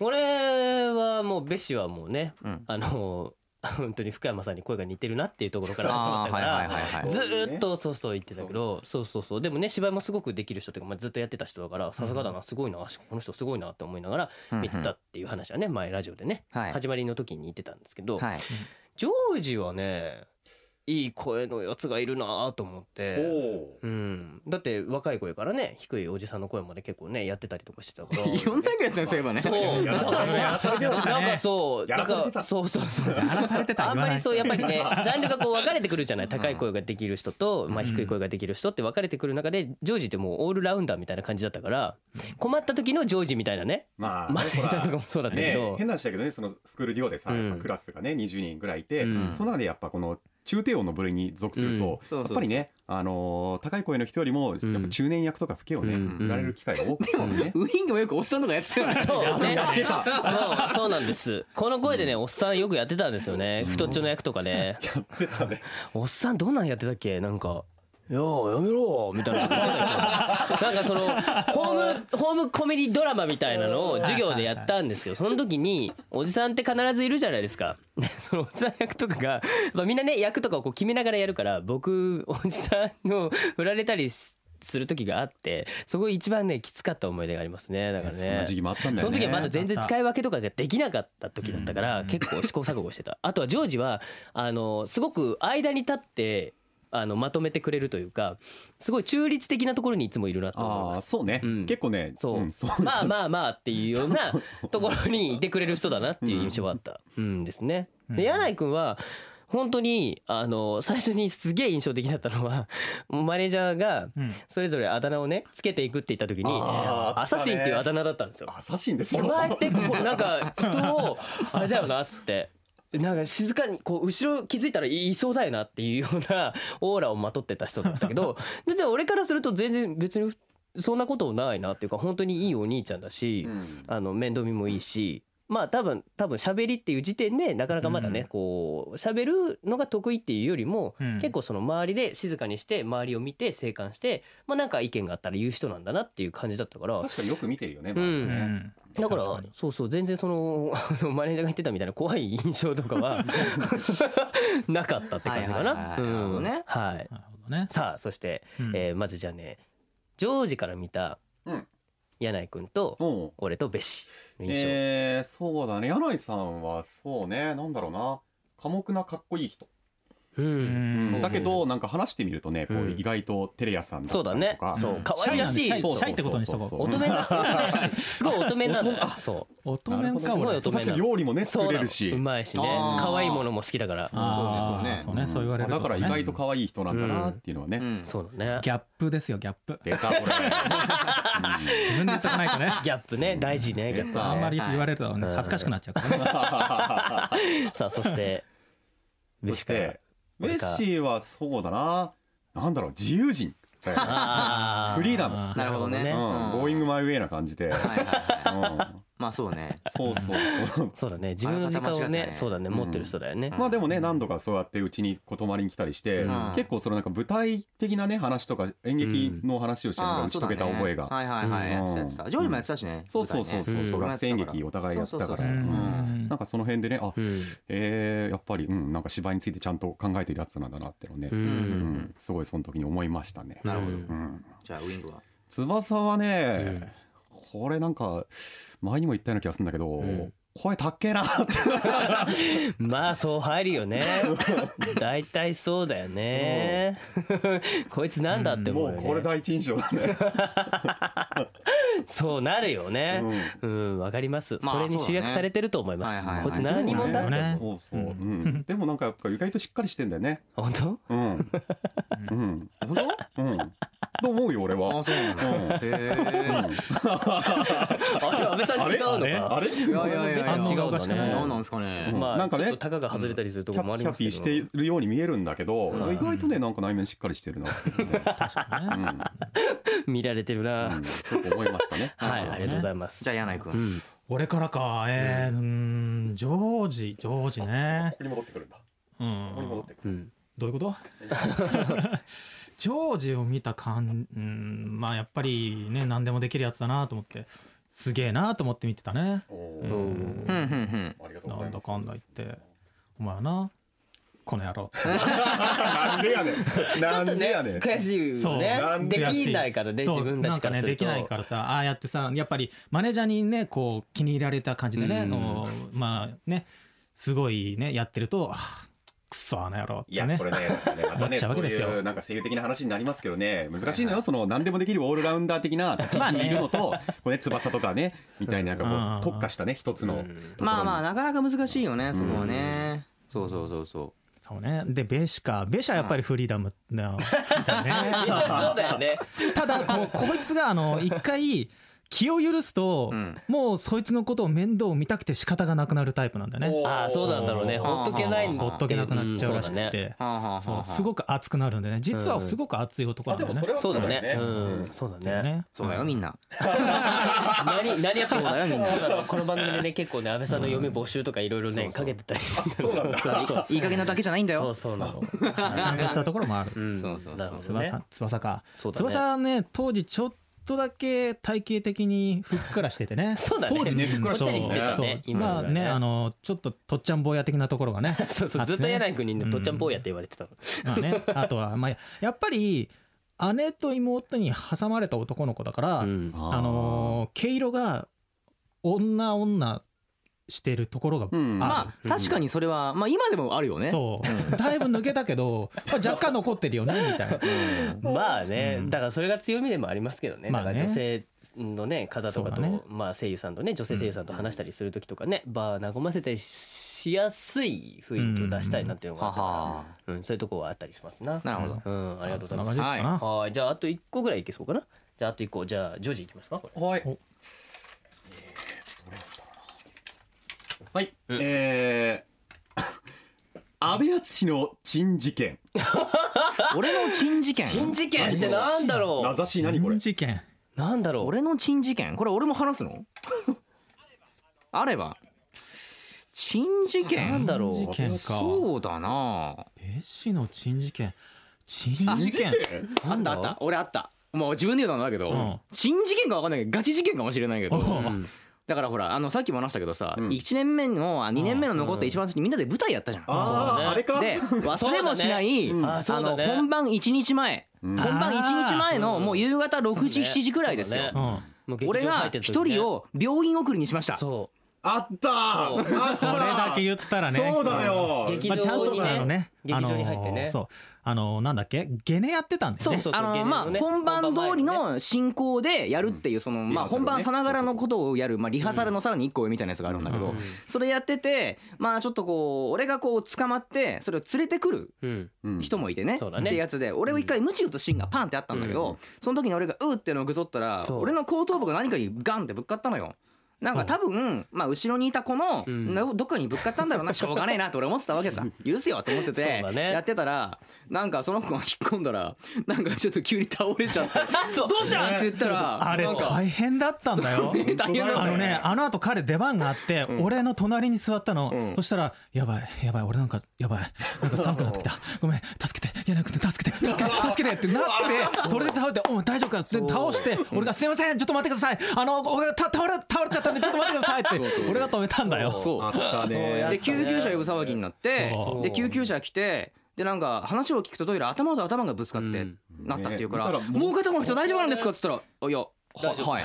俺はもうベシはもうね、うん、あの本当に福山さんに声が似てるなっていうところから始まったからずっとそうそう言ってたけどそうそうそうでもね芝居もすごくできる人というか、まあ、ずっとやってた人だからさすがだなすごいなこの人すごいなって思いながら見てたっていう話はね前ラジオでね始まりの時に言ってたんですけどジョージはねいい声のやつがいるなと思って、うん、だって若い声からね低いおじさんの声まで結構ねやってたりとかしてたからいろんなやつねそういえばねそうなんかそうなんかそうそうそうやらされてたあんまりそうやっぱりねジャンルがこう分かれてくるじゃない高い声ができる人と、まあ、低い声ができる人って分かれてくる中でジョージってもうオールラウンダーみたいな感じだったから困った時のジョージみたいなねまあマネージャーとかもそうだったけど変な話だけどねそのスクールデュオでさクラスがねにじゅうにんぐらいいてその中でやっぱこの中低音の部類に属すると、うん、やっぱりね、あのー、高い声の人よりもやっぱ中年役とか老けをね、うん、売られる機会が多くて、ね、 でもウィングもよくおっさんとかやってたよねそうねやってたそうそうなんですこの声でねおっさんよくやってたんですよね太っちょの役とかねやってたねおっさんどんなんやってたっけなんかいややめろみたいななんかそのホームホームコメディドラマみたいなのを授業でやったんですよ。その時におじさんって必ずいるじゃないですか。そのおじさん役とかが、まあ、みんなね役とかをこう決めながらやるから僕おじさんの振られたりする時があってそこ一番ねきつかった思い出がありますね。だからねそんな時期もあったんだよね。 その時はまだ全然使い分けとかができなかった時だったから結構試行錯誤してた。あとはジョージはあのすごく間に立ってあのまとめてくれるというかすごい中立的なところにいつもいるなと思います。 あそうね、うん、結構ねそう、うん、そうまあまあまあっていうようなところにいてくれる人だなっていう印象はあった、うん、ですね。で柳井君は本当にあの最初にすげえ印象的だったのはマネージャーがそれぞれあだ名をねつけていくって言った時に、うん、アサシンっていうあだ名だったんですよ。 アサシンですよ。 お前ってこうなんか人をあれだよなっつってなんか静かにこう後ろ気づいたらいそうだよなっていうようなオーラをまとってた人だったけどで俺からすると全然別にそんなことないなっていうか本当にいいお兄ちゃんだし、うん、あの面倒見もいいしまあ多分多分喋りっていう時点でなかなかまだね、うん、こう喋るのが得意っていうよりも、うん、結構その周りで静かにして周りを見て静観して、まあなんか意見があったら言う人なんだなっていう感じだったから、 確かによく見てるよね、 うん、だからそうそう全然そのマネージャーが言ってたみたいな怖い印象とかはなかったって感じかな。なるほどね。はい。さあそして、うん、えー、まずじゃあねジョージから見た、うん柳井君と俺とベシの印象。 えー、そうだね、柳井さんはそうね、なんだろうな、寡黙なかっこいい人、うん、うん、だけどなんか話してみるとね、こう意外とテレ屋さんだったりとか、そうだね、 そう可愛らしい、 シャイってことにしとこう。 乙女なすごい乙女なんだよ。そう乙女か、すごい乙女な。 確かに料理もね作れるし、 うまいしね、可愛いものも好きだから。 そうね、そうね、そう言われるとだから意外と可愛い人なんだなっていうのはね。 そうだね。 ギャップですよ、ギャップ。 出たこれ。 自分で言っとかないとね。 ギャップね、大事ね、ギャップ。 あんまり言われると恥ずかしくなっちゃうからね。さあそしてそしてベッシーはそうだな、なんだろう、自由人、フリーダム、 なるほどね、 ゴーイングマイウェイな感じで、 まあそうね、 そうそうそうそうだね、自分の時間をね、そうだね、持ってる人だよね。 まあでもね、何度かそうやってうちに泊まりに来たりして、結構そのなんか舞台的なね話とか演劇の話をしてるのが打ち解けた覚えが、 はいはいはい、やってた、ジョージもやってたしね、 そうそうそうそう、学生演劇お互いやってたから、なんかその辺でね、あ、えやっぱりなんか芝居についてちゃんと考えてるやつなんだなってのね、すごいその時に思いましたね。 なるほど。じゃあウィングは翼はね、これなんか前にも言ったような気がするんだけど、声たっけえなってまあそう入るよね。大体そうだよね。こいつなんだって思うよね。 もうこれ第一印象だね。 そうなるよね。うん、わかります。それに集約されてると思います。こいつ何者だって。 そうそう。でもなんかやっぱ意外としっかりしてんだよね。 本当？ うん。うん。本当？うん。と思うよ俺は。 あ、そうなんだ。へえ。 あれ安倍さん違うのか。 あれ？ いやいやいや違うのね。 何なんですかね。 まあなんかね、タガが外れたりするところもありますけど。 キャピーしてるように見えるんだけど、意外とねなんか内面しっかりしてるな。 確かにね。 見られてるな。 そう思いましたね。 はい、ありがとうございます。 じゃあ柳井君。 俺からか、えー、うん、ジョージ、ジョージね。 ここに戻ってくるんだ。 うん。どういうこと？ジョージを見た感、うん、まあやっぱりね何でもできるやつだなと思って、すげえなと思って見てたね。うん。なんだかんだ言ってお前はなこの野郎。 なんでやねん。 ちょっとね悔しいよね。できないからね、自分たちからすると。なんかねできないからさ、ああやってさ、やっぱりマネージャーにねこう気に入られた感じでね、まあねすごいねやってると。くそあの野郎ってね。 いやこれね、またねそういうなんか声優的な話になりますけどね、難しいのよ。その何でもできるオールラウンダー的な立ち位置にいるのと、これ翼とかねみたいななんかこう特化したね一つの。 まあまあなかなか難しいよねそこはね。そうそうそうそう。 そうね。でベシか、ベシはやっぱりフリーダムだね。 そうだよね。 ただここいつがあの一回気を許すと、うん、もうそいつのことを面倒を見たくて仕方がなくなるタイプなんだよね。 ああそうなんだろうね。ほっとけないんだ。 ほっとけなくなっちゃうらしくて、そうすごく熱くなるんでね。実はすごく熱い男なんだよね。 そうだね。うんそうだね。 そうだよみんな。 何何やってんだよみんな。この番組でね結構ね安倍さんの嫁募集とかいろいろねかけてたりする。 そうなんだ。 いい加減なだけじゃないんだよ。 そうそうなの。 ちゃんとしたところもある。 そうそうそう。 翼翼か。翼ね当時ちょっとちょっとだけ体型的にふっくらしててね。 そうだね。 当時ねふっくらしてしてたね。 今ねあのちょっととっちゃん坊や的なところがね。 そうそうずっと柳井君にとっちゃん坊やって言われてたの。 まあねあとはまあやっぱり姉と妹に挟まれた男の子だからあの毛色が女女してるところがある。 まあ確かにそれはまあ今でもあるよね。 そうだいぶ抜けたけど若干残ってるよねみたいな。まあねだからそれが強みでもありますけどね。だから女性のね方とかとまあ声優さんとね女性声優さんと話したりする時とかね場和ませたりしやすい雰囲気を出したいなっていうのがあったからうんそういうところはあったりしますな。 なるほど。 うんありがとうございます。はいじゃああといっこぐらいいけそうかな。じゃああといっこじゃあジョージいきますか。 はい。はい、うん、えー、安倍敦の珍事件。 俺の珍事件。 珍事件ってなんだろう。 名指し何これ。 珍事件。 なんだろう。 俺の珍事件。これ俺も話すの？あれば。 珍事件なんだろう。 珍事件か。 そうだな。 別紙の珍事件。珍事件。 あったあった。俺あった。もう自分で言うのなんだけど、 うん、 珍事件か分かんないけどガチ事件かもしれないけど、うん、だからほらあのさっきも話したけどさ、うん、いちねんめのにねんめの残った一番最初にみんなで舞台やったじゃん。 ああ、あれか。 で忘れもしない、ね、あの本番いちにちまえ、うん、本番いちにちまえのもう夕方ろくじしちじくらいですよ。俺が一人を病院送りにしました。 そうあったー。 それだけ言ったらね。 そうだよ。 劇場にね、 まあ、ちゃんとあのね、 劇場に入ってね。 そうあのなんだっけゲネやってたんですね。 そうそうそう。あのまあ本番通りの進行でやるっていうそのまあ本番さながらのことをやるまあリハーサルのさらにいっこ上みたいなやつがあるんだけど、それやっててまあちょっとこう俺がこう捕まってそれを連れてくる人もいてねってやつで、俺を一回ムチ打つシーンがパンってあったんだけど、その時に俺がうーってのをぐとったら俺の後頭部が何かにガンってぶっかったのよ。なんか多分まあ後ろにいた子のどっかにぶっかったんだろうな、しょうがないなって俺思ってたわけさ。許すよって思っててやってたらなんかその子が引っ込んだらなんかちょっと急に倒れちゃってどうしたって言ったらあれ大変だったんだよ。あのねあの後彼出番があって俺の隣に座ったの。そしたらやばいやばい俺なんかやばいなんか寒くなってきたごめん助けていやなくて助けて助けて助けてってなってそれで倒れてお大丈夫かって倒して俺がすいませんちょっと待ってくださいあの俺が倒れ倒れちゃったんでちょっと待ってくださいって俺が止めたんだよ。 そうあったね。で救急車呼ぶ騒ぎになってで救急車来てでなんか話を聞くとどうやら頭と頭がぶつかってなったっていうからもう片方の人大丈夫なんですかって言ったらいやははい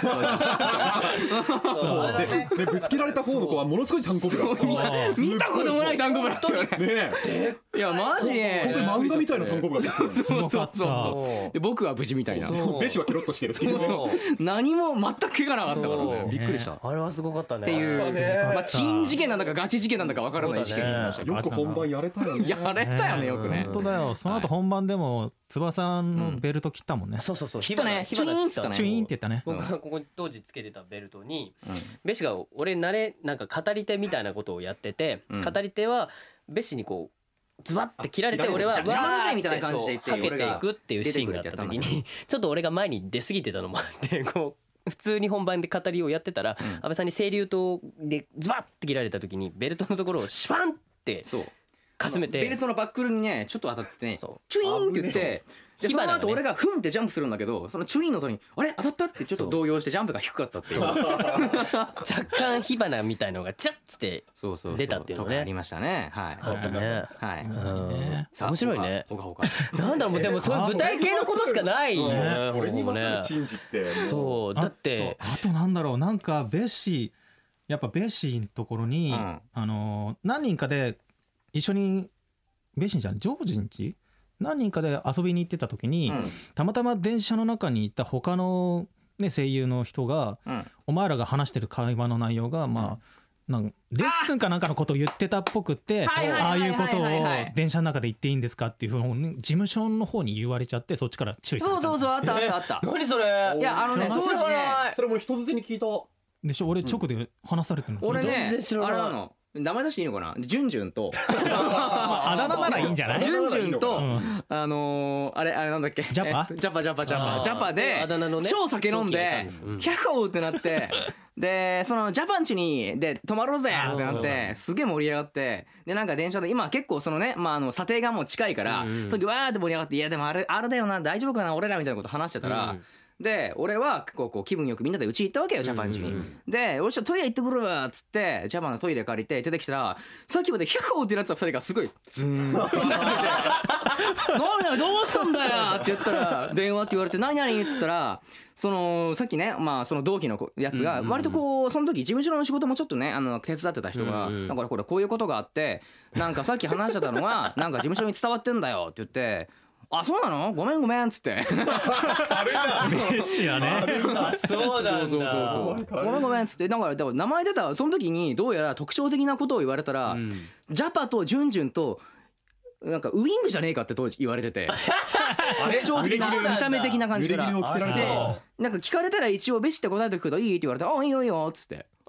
そうでぶつけられた方の子はものすごい単行部だった。 見たこともない単行部だったよね。いやマジで本当に漫画みたいな単行部がそうそうそうそうで僕は無事みたいな。 ベシはケロッとしてるっていう何も全く怪我なかったからねびっくりした。 あれはすごかったねっていうまあ珍事件なんだかガチ事件なんだかわからない事件になりました。 よく本番やれたよね。 やれたよねよくね。 本当だよ。その後本番でも翼のベルト切ったもんね。 そうそうそう。 切ったね。チュイーンって言ったね。 チュイーンって言ったね。 僕がここ当時つけてたベルトにベシが俺慣れなんか語り手みたいなことをやってて、語り手はベシにこうズバッて切られて俺は邪魔だぜみたいな感じで言ってはけていくっていうシーンがあった時にちょっと俺が前に出過ぎてたのもあってこう普通に本番で語りをやってたら安倍さんに青龍刀でズバッて切られた時にベルトのところをシュパンってかすめてベルトのバックルにねちょっと当たってねチュイーンって言ってでその後俺がフンってジャンプするんだけどそのチュイーンの時にあれ当たったってちょっと動揺してジャンプが低かったっていう若干火花みたいのがチラッつって出たっていうのねありましたね。はいあったね。 はい面白いね。 ほかほかなんだろうでもそういう舞台系のことしかないよね。 これにまさに珍事ってそうだってあとなんだろうなんかベッシやっぱベッシのところにあの何人かで一緒にベッシじゃんジョージんち何人かで遊びに行ってた時に、うん、たまたま電車の中にいた他の、ね、声優の人が、うん、お前らが話してる会話の内容が、まあ、なんレッスンかなんかのことを言ってたっぽくってああいうことを電車の中で言っていいんですかっていうふうに事務所の方に言われちゃってそっちから注意された。 そうそうそうあったあったあった何それ。 いやあのね当時ねそれも人づてに聞いたでしょ。俺直で話されてるの、 うん、俺ねあれなの名前出していいのかな。ジュンジュンとあだ名ならいいんじゃない。 ジュンジュンと、うん、あのー、あれあれなんだっけジャパ、 えジャパジャパジャパジャパで超酒飲んでヒャッホーってなってでそのジャパン家にで泊まろうぜってなってすげえ盛り上がってでなんか電車で今結構そのねまああの査定がもう近いからそれでわーって盛り上がっていやでもあれあれだよな大丈夫かな俺らみたいなこと話してたら。で俺は結構こう気分よくみんなでうち行ったわけよジャパン家に、うんうん、で俺ちょっとトイレ行ってくるわっつってジャパンのトイレ借りて出てきたらさっきまでヒャッホーってなってたふたりがすごいズーンってなって何々どうしたんだよって言ったら電話って言われて何々っつったらそのさっきねまあその同期のやつが割とこうその時事務所の仕事もちょっとねあの手伝ってた人がなんかこれこういうことがあってなんかさっき話してたのがなんか事務所に伝わってんだよって言ってあそうなのごめんごめんっつってあれだ名刺やねそうなんだそうそうそうごめんごめんっつってだからでも名前出たその時にどうやら特徴的なことを言われたら、うん、ジャパとジュンジュンとなんかウイングじゃねえかって当時言われてて特徴的な見た目的な感じからなんか聞かれたら一応ベシって答えてくるといいって言われてあいいよいいよっつって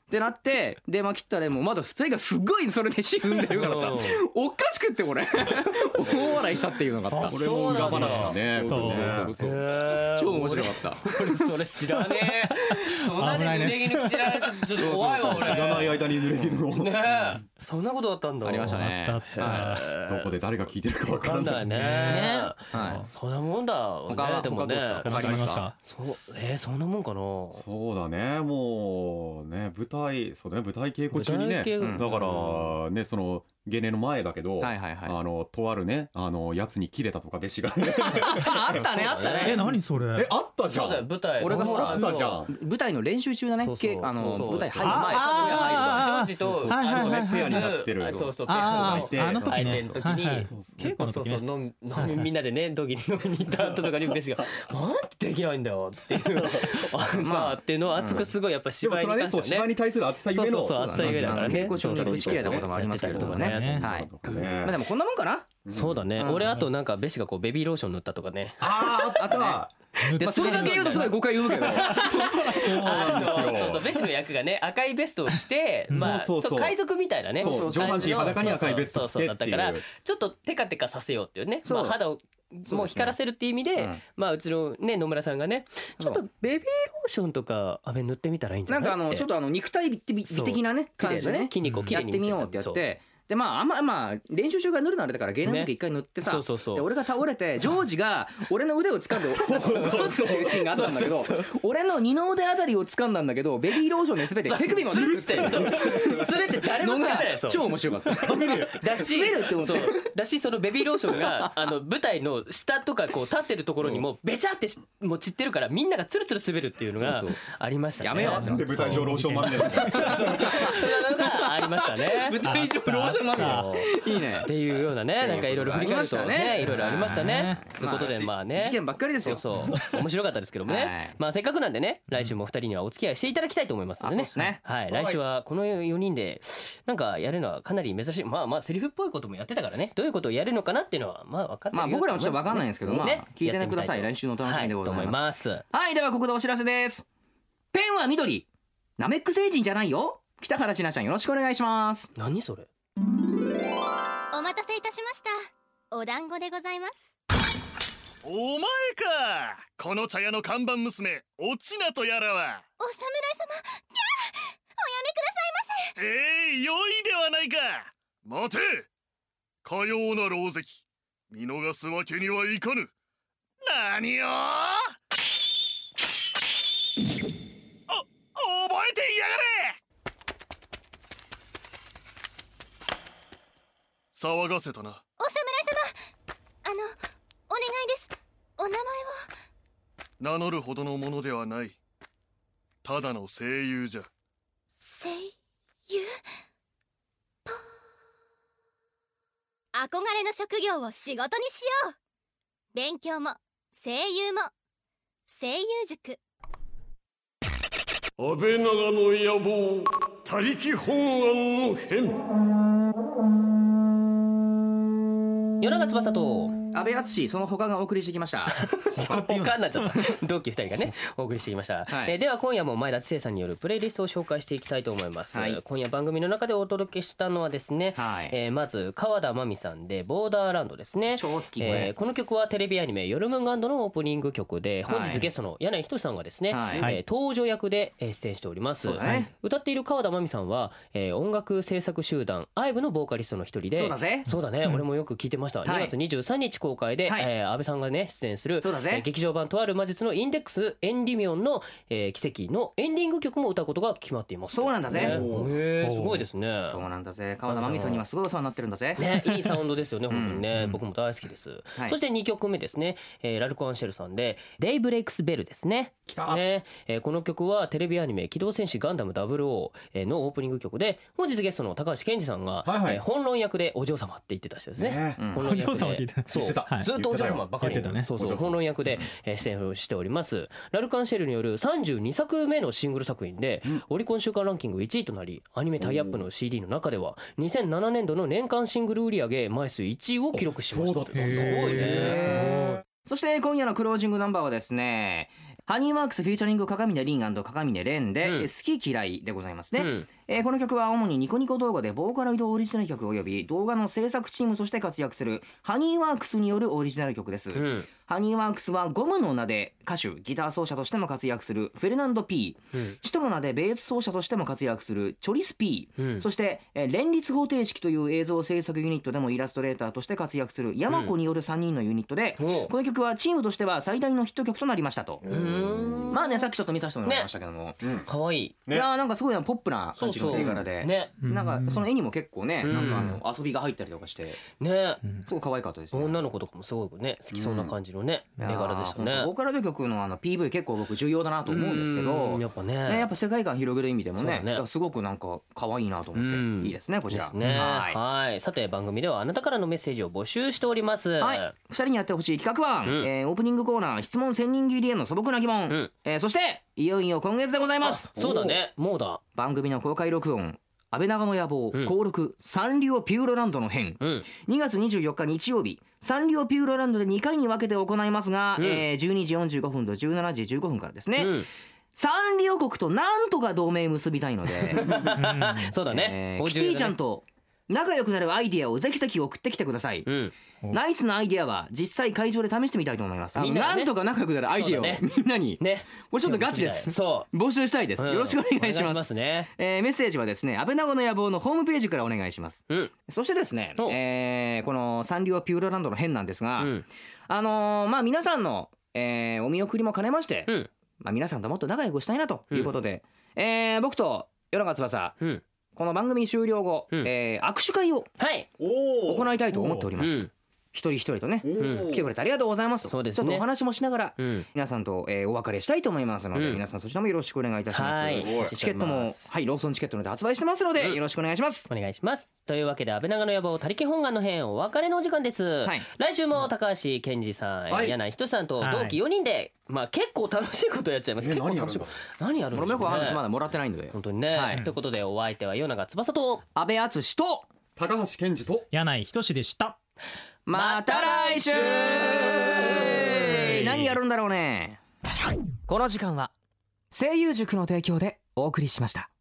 ってなって電話切ったらもうまだふたりがすごいそれで沈んでるからさおかしくってこれ大笑いしたっていうのがあった。 これも裏話だね。 そうそうそう超面白かった。 俺それ知らねえ。そんなで濡れ衣着てられてちょっと怖いわ俺。 知らない間に濡れ衣をねそんなことだったんだ。 ありましたね。 どこで誰が聞いてるかわからないね。そんなもんだ。でもね。 わかりますか。 そうえーそんなもんかな。 そうだねもうね舞台そうだね舞台稽古中にねだからねそのゲネの前だけど、はいはいはい、あのとあるねあのやつに切れたとか弟子がねあったねあったね。 え何それ。 えあったじゃん。 そうだよ舞台。 俺がほらあったじゃん。 舞台の練習中だね。 そうそうあの舞台入る前。 ジョージとあのねペアになってる。 そうそうペアにあの時ね。 の時に稽古の時ね。 飲みみんなでねドギに飲みに行った後とかに弟子がなんてできないんだよっていうさあっていうのを熱くすごいやっぱ芝居に関してね。 芝居に対する熱さゆえのそうそう熱さゆえだからね。 稽古中にぶち切れたこともありますけれどもね。はい。まあでもこんなもんかな。 そうだね。俺あとなんかベシがこうベビーローション塗ったとかね。 あああったでそれだけ言うとすごい誤解生むけどそうそうベシの役がね赤いベストを着てまあそう海賊みたいなね上半身裸に赤いベストを着てだったからちょっとテカテカさせようっていうね肌をもう光らせるっていう意味でまあうちのね野村さんがねちょっとベビーローションとか阿部塗ってみたらいいんじゃないってなんかあのちょっとあの肉体美的なね感じでね筋肉をきれいにやってみようってやってでまああんままあ練習中から塗るのあれだから芸能の時一回塗ってさ、ね、そうそうそうで俺が倒れてジョージが俺の腕を掴んでそうそうそうっていうシーンがあったんだけど俺の二の腕あたりを掴んだんだけどベビーローションで全て手首も塗るって全て誰も掴めない超面白かっただし滑るって思ってだしそのベビーローションがあの舞台の下とかこう立ってるところにもベチャってもう散ってるからみんながツルツル滑るっていうのがありましたね。 やめようってなんで舞台上ローションまみれみたいなそうそうそうのがありましたね。 舞台上ローションいいねっていうようなねなんかいろいろ振り返るとねいろいろありましたね。ということでまあね事件ばっかりですよ。 そうそう面白かったですけどもねまあせっかくなんでね来週もふたりにはお付き合いしていただきたいと思いますのでねはい来週はこのよにんでなんかやるのはかなり珍しいまあまあセリフっぽいこともやってたからねどういうことをやるのかなっていうのはまあ分かってるまあ僕らもちょっと分かんないんですけどまあ聞いてねください来週のお楽しみでございますはいではここでお知らせです。ペンは緑ナメック星人じゃないよ北原千奈ちゃんよろしくお願いします。 何それお待たせいたしました。お団子でございます。 お前かこの茶屋の看板娘おちなとやらは。 お侍様キャーおやめくださいませ。 ええー、良いではないか。待てかような狼藉見逃すわけにはいかぬ。何よお覚えていやがれ。騒がせたな。 お侍様あのお願いです。お名前を。 名乗るほどのものではない。ただの声優じゃ。 声優ポ憧れの職業を仕事にしよう。勉強も声優も声優塾。 安倍長の野望他力本願の変。 夜長翼と安倍敦その他がお送りしてきました他になっちゃった同期ふたりがねお送りしてきました、はいえー、では今夜も前田知世さんによるプレイリストを紹介していきたいと思います、はい、今夜番組の中でお届けしたのはですね、はいえー、まず川田真美さんでボーダーランドですね超好きこれ、 えー、この曲はテレビアニメヨルムンガンドのオープニング曲で本日ゲストの柳井仁さんがですね、はいえー、登場役で出演しております、ね、歌っている川田真美さんは、えー、音楽制作集団アイブのボーカリストの一人でそうだぜそうだね、うん、俺もよく聞いてました、はい、にがつにじゅうさんにち公開で、はいえー、安倍さんがね出演する、えー、劇場版とある魔術のインデックスエンディミオンの、えー、奇跡のエンディング曲も歌うことが決まっています。 そうなんだぜ、ね、 へーすごいですね。 そうなんだぜ川田真美さんにはすごいお世話になってるんだぜ、 ね、いいサウンドですよね本当にね、うん、僕も大好きです、はい、そしてにきょくめですね、えー、ラルコ・アンシェルさんでデイブレイクスベルですねね、えー、この曲はテレビアニメ機動戦士ガンダム ダブルオー のオープニング曲で本日ゲストの高橋健二さんが、はいはいえー、本論役でお嬢様って言ってた人ですね、ねうん、本論役でそう、はい、ずっとお嬢様ばかり、 ね、 そうそう本論役で出演をしておりますラルカンシェルによるさんじゅうにさくめのシングル作品で、うん、オリコン週間ランキングいちいとなりアニメタイアップの シーディー の中ではにせんななねんどの年間シングル売上枚数いちいを記録しました。すごいね。 そして今夜のクロージングナンバーはですねハニーワークスフューチャリング鏡根凛&鏡根蓮で、 うん好き嫌いでございますね、 うんえーこの曲は主にニコニコ動画でボーカロイドオリジナル曲及び動画の制作チームとして活躍するハニーワークスによるオリジナル曲です、 うんハニーワークスはゴムの名で歌手ギター奏者としても活躍するフェルナンド P、 うん使徒の名でベース奏者としても活躍するチョリス P、 うん、 そして、えー連立方程式という映像制作ユニットでもイラストレーターとして活躍するヤマコによるさんにんのユニットで、 うん、 この曲はチームとしては最大のヒット曲となりましたと。 うーんまあね、さっきちょっと見させてもらいましたけども、 うんかわいいいやーなんかすごいポップな感じの絵柄で、 ねなんかその絵にも結構ね、 うんなんかあの遊びが入ったりとかしてね、 すごい可愛かったですね。 女の子とかもすごくね好きそうな感じのね、 いやー絵柄でしたね。 ボーカロイド曲のあの ピーブイ 結構僕重要だなと思うんですけうどんやっぱねね、やっぱ世界観広げる意味でもね、 そうだねいやすごくなんか可愛いなと思うんっていいですねこちら。 ですね。 はいはい。さて番組ではあなたからのメッセージを募集しております。 はい、ふたりにやってほしい企画は、 うんえーオープニングコーナー質問千人切りへの素朴な疑問、 うんえーそしていよいよ今月でございます。 そうだね。もうだ。 番組の公開録音安倍長の野望、 うん登録サンリオピューロランドの編、 うん。 にがつにじゅうよっか日曜日サンリオピューロランドでにかいに分けて行いますが、 うんえーじゅうにじよんじゅうごふんとじゅうしちじじゅうごふんからですね、 うん。 サンリオ国となんとか同盟結びたいのでそうだね。 えーキティちゃんと仲良くなるアイディアをぜひぜひ送ってきてください、 うん。 ナイスなアイディアは実際会場で試してみたいと思います。 みんながねなんとか仲良くなるアイディアを、 そうだねみんなに、 ね。 これちょっとガチです。 そう。 募集したいです。 うんよろしくお願いしお願いします。 ますね。 えーメッセージはですね、安倍長の野望のホームページからお願いします。 うん。 そしてですね、 おえーこのサンリオピューロランドの編なんですが、 うん。 あのーまあ皆さんの、えーお見送りも兼ねまして、 うん。 まあ皆さんともっと仲良くしたいなということで、えー僕と与永翼、 うん。 この番組終了後、 うんえー握手会をはい。 お行いたいと思っております。 うん。 一人一人とね、 うん来てくれてありがとうございますと、 そうですねちょっとお話もしながら、 うん。 皆さんと、えーお別れしたいと思いますので、 うん皆さんそちらもよろしくお願いいたします。 はい。 チケットもはいローソンチケットので発売してますので、 うんよろしくお願いします。 お願いします。というわけで安倍長の野望他力本願の編お別れのお時間です。 はい来週も高橋健二さん、 はい柳井仁さんとはい同期よにんで、まあ結構楽しいことやっちゃいます。 え結構何やるんだ楽しいこと。何やるんでしょう俺もよくわかんないです。まね。 だもらってないので。 本当にね。 はいということでお相手は与永翼と安倍敦と高橋健二と柳井仁でした。 また来週。何やるんだろうね。この時間は声優塾の提供でお送りしました。